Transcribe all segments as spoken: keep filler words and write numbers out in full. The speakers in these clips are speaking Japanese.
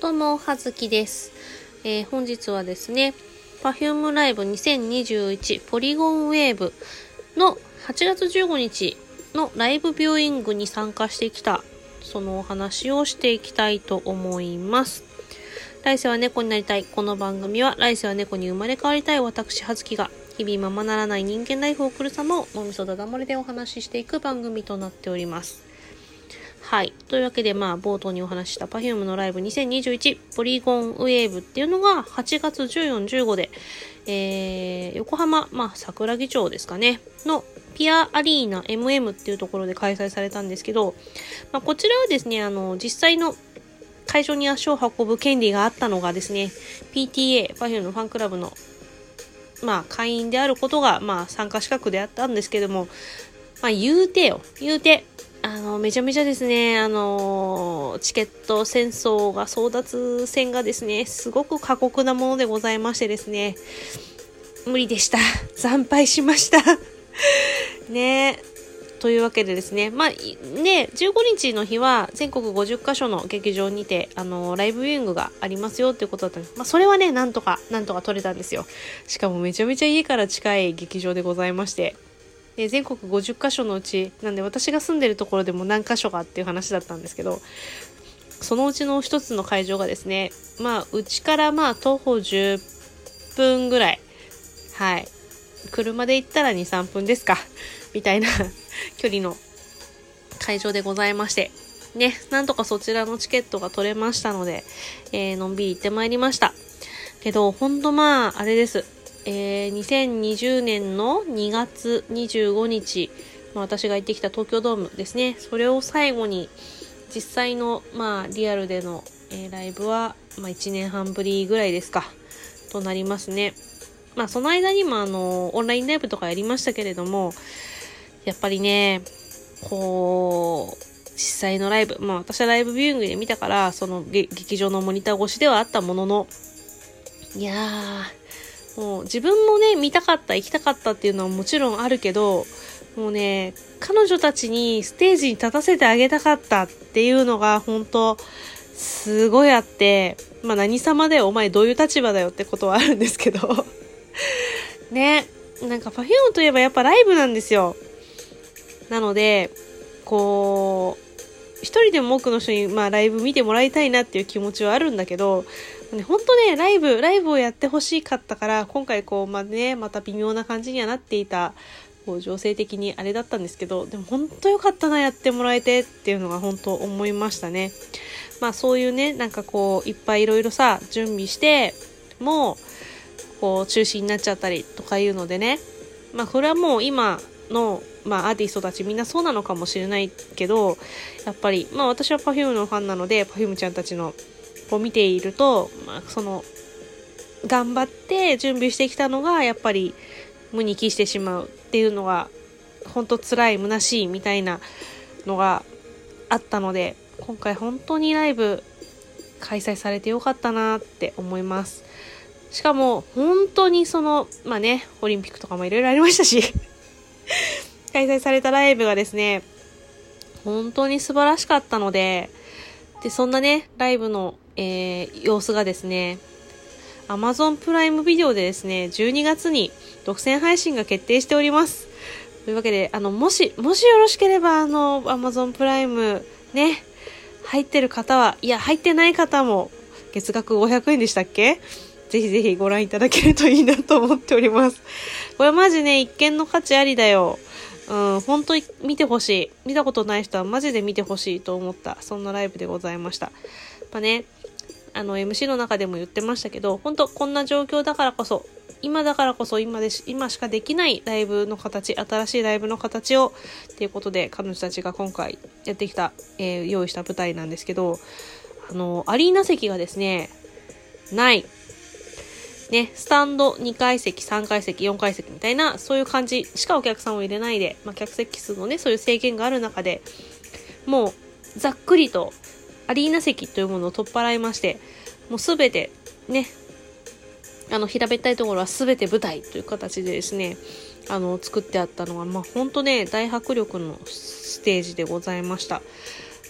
どうも、はずきです。えー、本日はですね、Perfume ライブにせんにじゅういちポリゴンウェーブのはちがつじゅうごにちのライブビューイングに参加してきた、そのお話をしていきたいと思います。来世は猫になりたい。この番組は来世は猫に生まれ変わりたい私、はずきが日々ままならない人間ライフを送る様を脳みそだだ漏れでお話ししていく番組となっております。はい。というわけで、まあ、冒頭にお話しした Perfume のライブにせんにじゅういちポリゴンウェーブっていうのがはちがつじゅうよっか、じゅうごで、えー、横浜、まあ、桜木町ですかね、のピアアリーナ エムエム っていうところで開催されたんですけど、まあ、こちらはですね、あの、実際の会場に足を運ぶ権利があったのがですね、ピーティーエー、Perfume のファンクラブの、まあ、会員であることが、まあ、参加資格であったんですけども、まあ、言うてよ、言うて、あの、めちゃめちゃですね、あの、チケット戦争が、争奪戦がですね、すごく過酷なものでございましてですね、無理でした。惨敗しました。ねというわけでですね、まあ、ね、じゅうごにちの日は全国ごじゅっかしょの劇場にて、あの、ライブビューイングがありますよっていうことだったんです。まあ、それはね、なんとか、なんとか取れたんですよ。しかもめちゃめちゃ家から近い劇場でございまして、で全国ごじゅっかしょのうちなんで私が住んでるところでも何か所かっていう話だったんですけど、そのうちの一つの会場がですね、まあうちからまあ徒歩じゅっぷんぐらい、はい車で行ったら にさんぷんですかみたいな距離の会場でございましてね、なんとかそちらのチケットが取れましたので、えー、のんびり行ってまいりましたけど、ほんとまああれです、えー、にせんにじゅうねんのにがつにじゅうごにち、まあ、私が行ってきた東京ドームですね、それを最後に実際の、まあ、リアルでの、えー、ライブは、まあ、いちねんはんぶりぐらいですかとなりますね。まあその間にもあのオンラインライブとかやりましたけれども、やっぱりねこう実際のライブ、まあ私はライブビューイングで見たからその劇場のモニター越しではあったものの、いやーもう自分もね見たかった行きたかったっていうのはもちろんあるけど、もうね彼女たちにステージに立たせてあげたかったっていうのが本当すごいあって、まあ何様だよお前どういう立場だよってことはあるんですけどね、なんか Perfume といえばやっぱライブなんですよ。なのでこう一人でも多くの人にまあライブ見てもらいたいなっていう気持ちはあるんだけど、ね、本当ねライブライブをやってほしかったから今回こうまあねまた微妙な感じにはなっていた、こう情勢的にあれだったんですけど、でも本当良かったなやってもらえてっていうのが本当思いましたね。まあそういうねなんかこういっぱいいろいろさ準備してもうこう中止になっちゃったりとかいうのでね、まあこれはもう今のまあアーティストたちみんなそうなのかもしれないけど、やっぱりまあ私は Perfume のファンなので Perfume ちゃんたちのを見ていると、まあ、その頑張って準備してきたのがやっぱり無に帰してしまうっていうのが本当辛い虚しいみたいなのがあったので、今回本当にライブ開催されてよかったなって思います。しかも本当にそのまあねオリンピックとかもいろいろありましたし開催されたライブがですね本当に素晴らしかったので、でそんなねライブのえー、様子がですね Amazon プライムビデオでですねじゅうにがつに独占配信が決定しております。というわけであのもしもしよろしければあの Amazon プライムね入ってる方は、いや入ってない方も月額ごひゃくえんでしたっけ、ぜひぜひご覧いただけるといいなと思っております。これマジね一見の価値ありだよ。うん、本当に見てほしい。見たことない人はマジで見てほしいと思ったそんなライブでございました。まあねあの エムシー の中でも言ってましたけど、本当こんな状況だからこそ今だからこそ今でし今しかできないライブの形、新しいライブの形をっていうことで彼女たちが今回やってきた、えー、用意した舞台なんですけど、あのアリーナ席がですねないね、スタンドにかい席さんかい席よんかい席みたいなそういう感じしかお客さんを入れないで、まあ、客席数のねそういう制限がある中でもうざっくりとアリーナ席というものを取っ払いまして、もうすべてねあの平べったいところはすべて舞台という形でですねあの作ってあったのがまあ本当ね大迫力のステージでございました。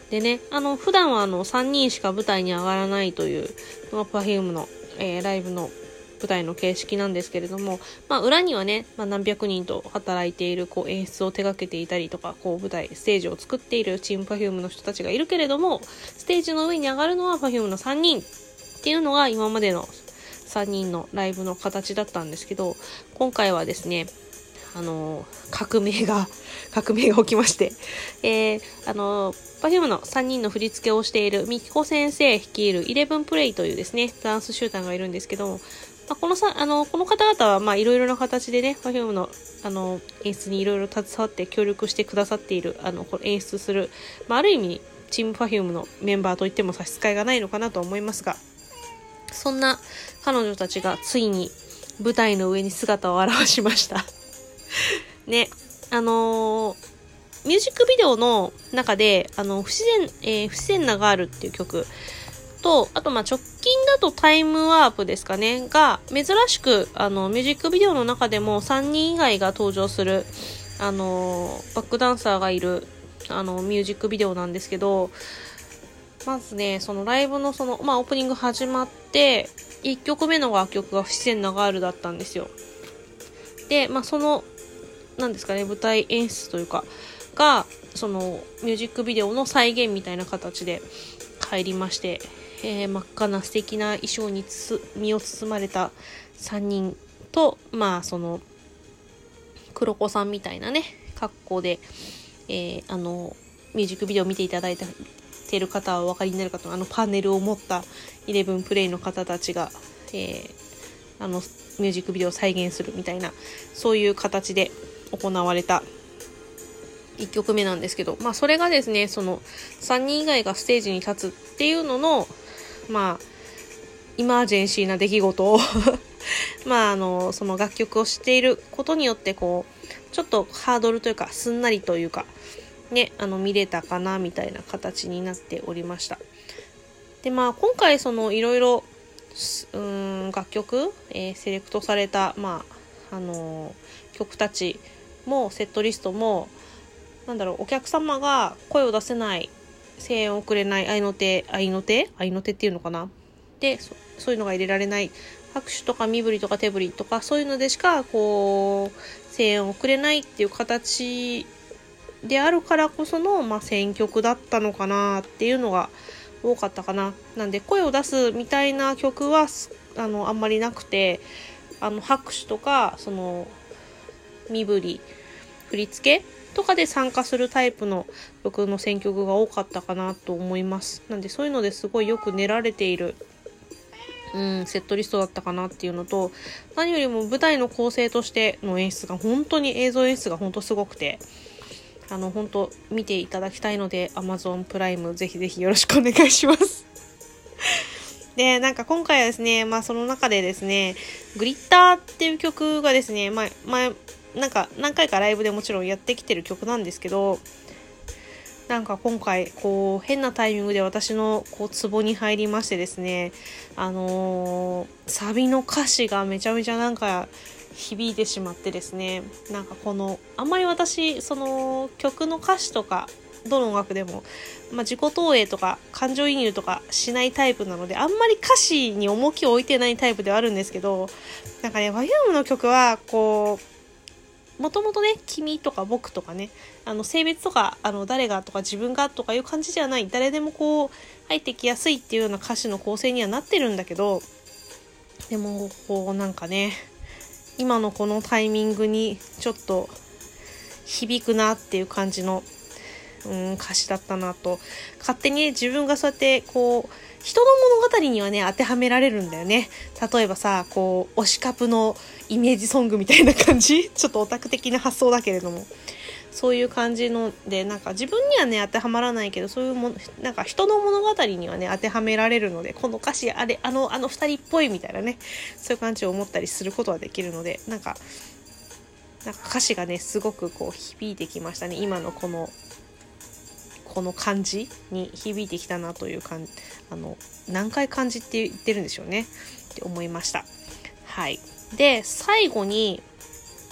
でね、あの、普段はあの、さんにんしか舞台に上がらないという、まあ、Perfume の、えー、ライブの舞台の形式なんですけれども、まあ、裏にはね、まあ、何百人と働いている、こう、演出を手掛けていたりとか、こう、舞台、ステージを作っているチーム Perfume の人たちがいるけれども、ステージの上に上がるのは Perfume のさんにんっていうのが今までのさんにんのライブの形だったんですけど、今回はですね、あの革命が革命が起きまして、えー、あの Perfume のさんにんの振り付けをしているみきこ先生率いるイレブンプレイというですねダンス集団がいるんですけども、まあ、このさあのこの方々はまあいろいろな形でね Perfume のあの演出にいろいろ携わって協力してくださっているあの演出する、まあ、ある意味チーム Perfume のメンバーといっても差し支えがないのかなと思いますが、そんな彼女たちがついに舞台の上に姿を現しましたね。あのー、ミュージックビデオの中であの不自然、えー、不自然なガールっていう曲と、あとまあ直近だとタイムワープですかねが珍しくあのミュージックビデオの中でもさんにん以外が登場するあのー、バックダンサーがいるあのミュージックビデオなんですけど、まずねそのライブのそのまあオープニング始まっていっきょくめの楽曲が不自然なガールだったんですよ。でまあそのなんですかね舞台演出というかがそのミュージックビデオの再現みたいな形で入りまして、えー、真っ赤な素敵な衣装につ身を包まれたさんにんとまあその黒子さんみたいなね格好で、えー、あのミュージックビデオを見ていただいている方はお分かりになるかと、あのパネルを持ったイレブンプレイの方たちが、えー、あのミュージックビデオを再現するみたいなそういう形で行われたいっきょくめなんですけど、まあそれがですねそのさんにん以外がステージに立つっていうののまあイマージェンシーな出来事をまああのその楽曲を知っていることによってこうちょっとハードルというかすんなりというかねあの見れたかなみたいな形になっておりました。でまあ今回そのいろいろうーん楽曲、えー、セレクトされたまああのー、曲たちもセットリストもなんだろうお客様が声を出せない声援を送れない合いの手合いの手合いの手っていうのかなで そ, そういうのが入れられない拍手とか身振りとか手振りとかそういうのでしかこう声援を送れないっていう形であるからこその、まあ、選曲だったのかなっていうのが多かったかな。なんで声を出すみたいな曲はあのあんまりなくて、あの拍手とかその身振り振り付けとかで参加するタイプの曲の選曲が多かったかなと思います。なんでそういうのですごいよく練られている、うん、セットリストだったかなっていうのと、何よりも舞台の構成としての演出が本当に映像演出が本当すごくて、あの本当見ていただきたいので Amazon プライムぜひぜひよろしくお願いしますでなんか今回はですねまあその中でですねグリッターっていう曲がですねまあ前なんか何回かライブでもちろんやってきてる曲なんですけど、なんか今回こう変なタイミングで私のこうツボに入りましてですね、あのー、サビの歌詞がめちゃめちゃなんか響いてしまってですね、なんかこのあんまり私その曲の歌詞とかどの音楽でも、まあ、自己投影とか感情移入とかしないタイプなのであんまり歌詞に重きを置いてないタイプではあるんですけど、なんかね Perfume の曲はこうもともとね君とか僕とかねあの性別とかあの誰がとか自分がとかいう感じじゃない、誰でもこう入ってきやすいっていうような歌詞の構成にはなってるんだけど、でもこうなんかね今のこのタイミングにちょっと響くなっていう感じの、うん、歌詞だったなと勝手に、ね、自分がそうやってこう人の物語にはね当てはめられるんだよね。例えばさこう推しカプのイメージソングみたいな感じちょっとオタク的な発想だけれどもそういう感じのでなんか自分にはね当てはまらないけどそういうもなんか人の物語にはね当てはめられるのでこの歌詞あれあのあの二人っぽいみたいなねそういう感じを思ったりすることはできるのでなんかなんか歌詞がねすごくこう響いてきましたね。今のこのこの感じに響いてきたなという感じ、あの何回感じって言ってるんでしょうねって思いました。はい。で最後に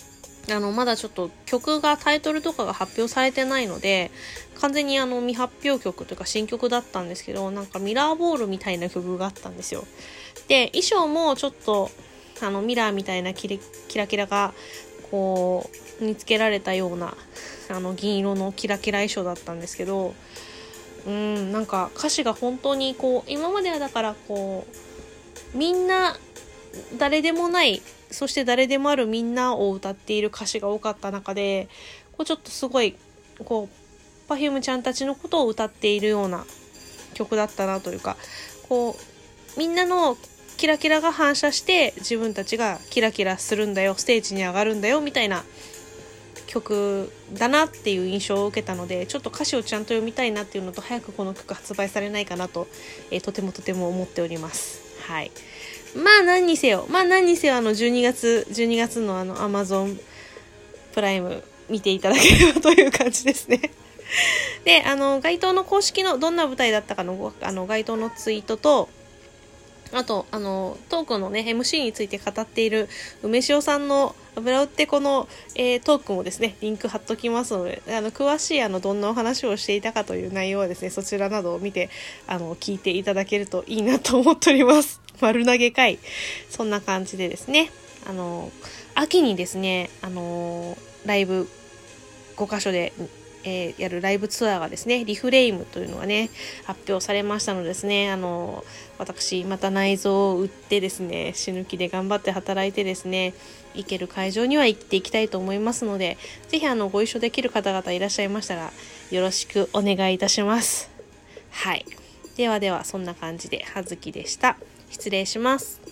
あのまだちょっと曲がタイトルとかが発表されてないので、完全にあの未発表曲というか新曲だったんですけど、なんかミラーボールみたいな曲があったんですよ。で衣装もちょっとあのミラーみたいなキレキラキラがこう見つけられたようなあの銀色のキラキラ衣装だったんですけど、うんなんか歌詞が本当にこう今まではだからこうみんな誰でもない、そして誰でもあるみんなを歌っている歌詞が多かった中で、こうちょっとすごいこう Perfume ちゃんたちのことを歌っているような曲だったなというか、こうみんなのキラキラが反射して自分たちがキラキラするんだよ、ステージに上がるんだよみたいな曲だなっていう印象を受けたので、ちょっと歌詞をちゃんと読みたいなっていうのと、早くこの曲発売されないかなと、えー、とてもとても思っております。はい。まあ何にせよ、まあ何にせよあのじゅうにがつ、じゅうにがつのあの Amazon プライム見ていただければという感じですね。で、あの該当の公式のどんな舞台だったかのあの該当のツイートと、あとあのトークのね エムシー について語っている梅塩さんの油売ってこの、えー、トークもですねリンク貼っときますので、あの詳しいあのどんなお話をしていたかという内容はですね、そちらなどを見てあの聞いていただけるといいなと思っております。丸投げ会、そんな感じでですね、あの秋にですねあのライブごかしょでえー、やるライブツアーがですね、リフレイムというのがね発表されましたのでですね、あの私また内臓を売ってですね、死ぬ気で頑張って働いてですね、行ける会場には行っていきたいと思いますので、ぜひあのご一緒できる方々いらっしゃいましたらよろしくお願いいたします。はい、ではではそんな感じで葉月でした。失礼します。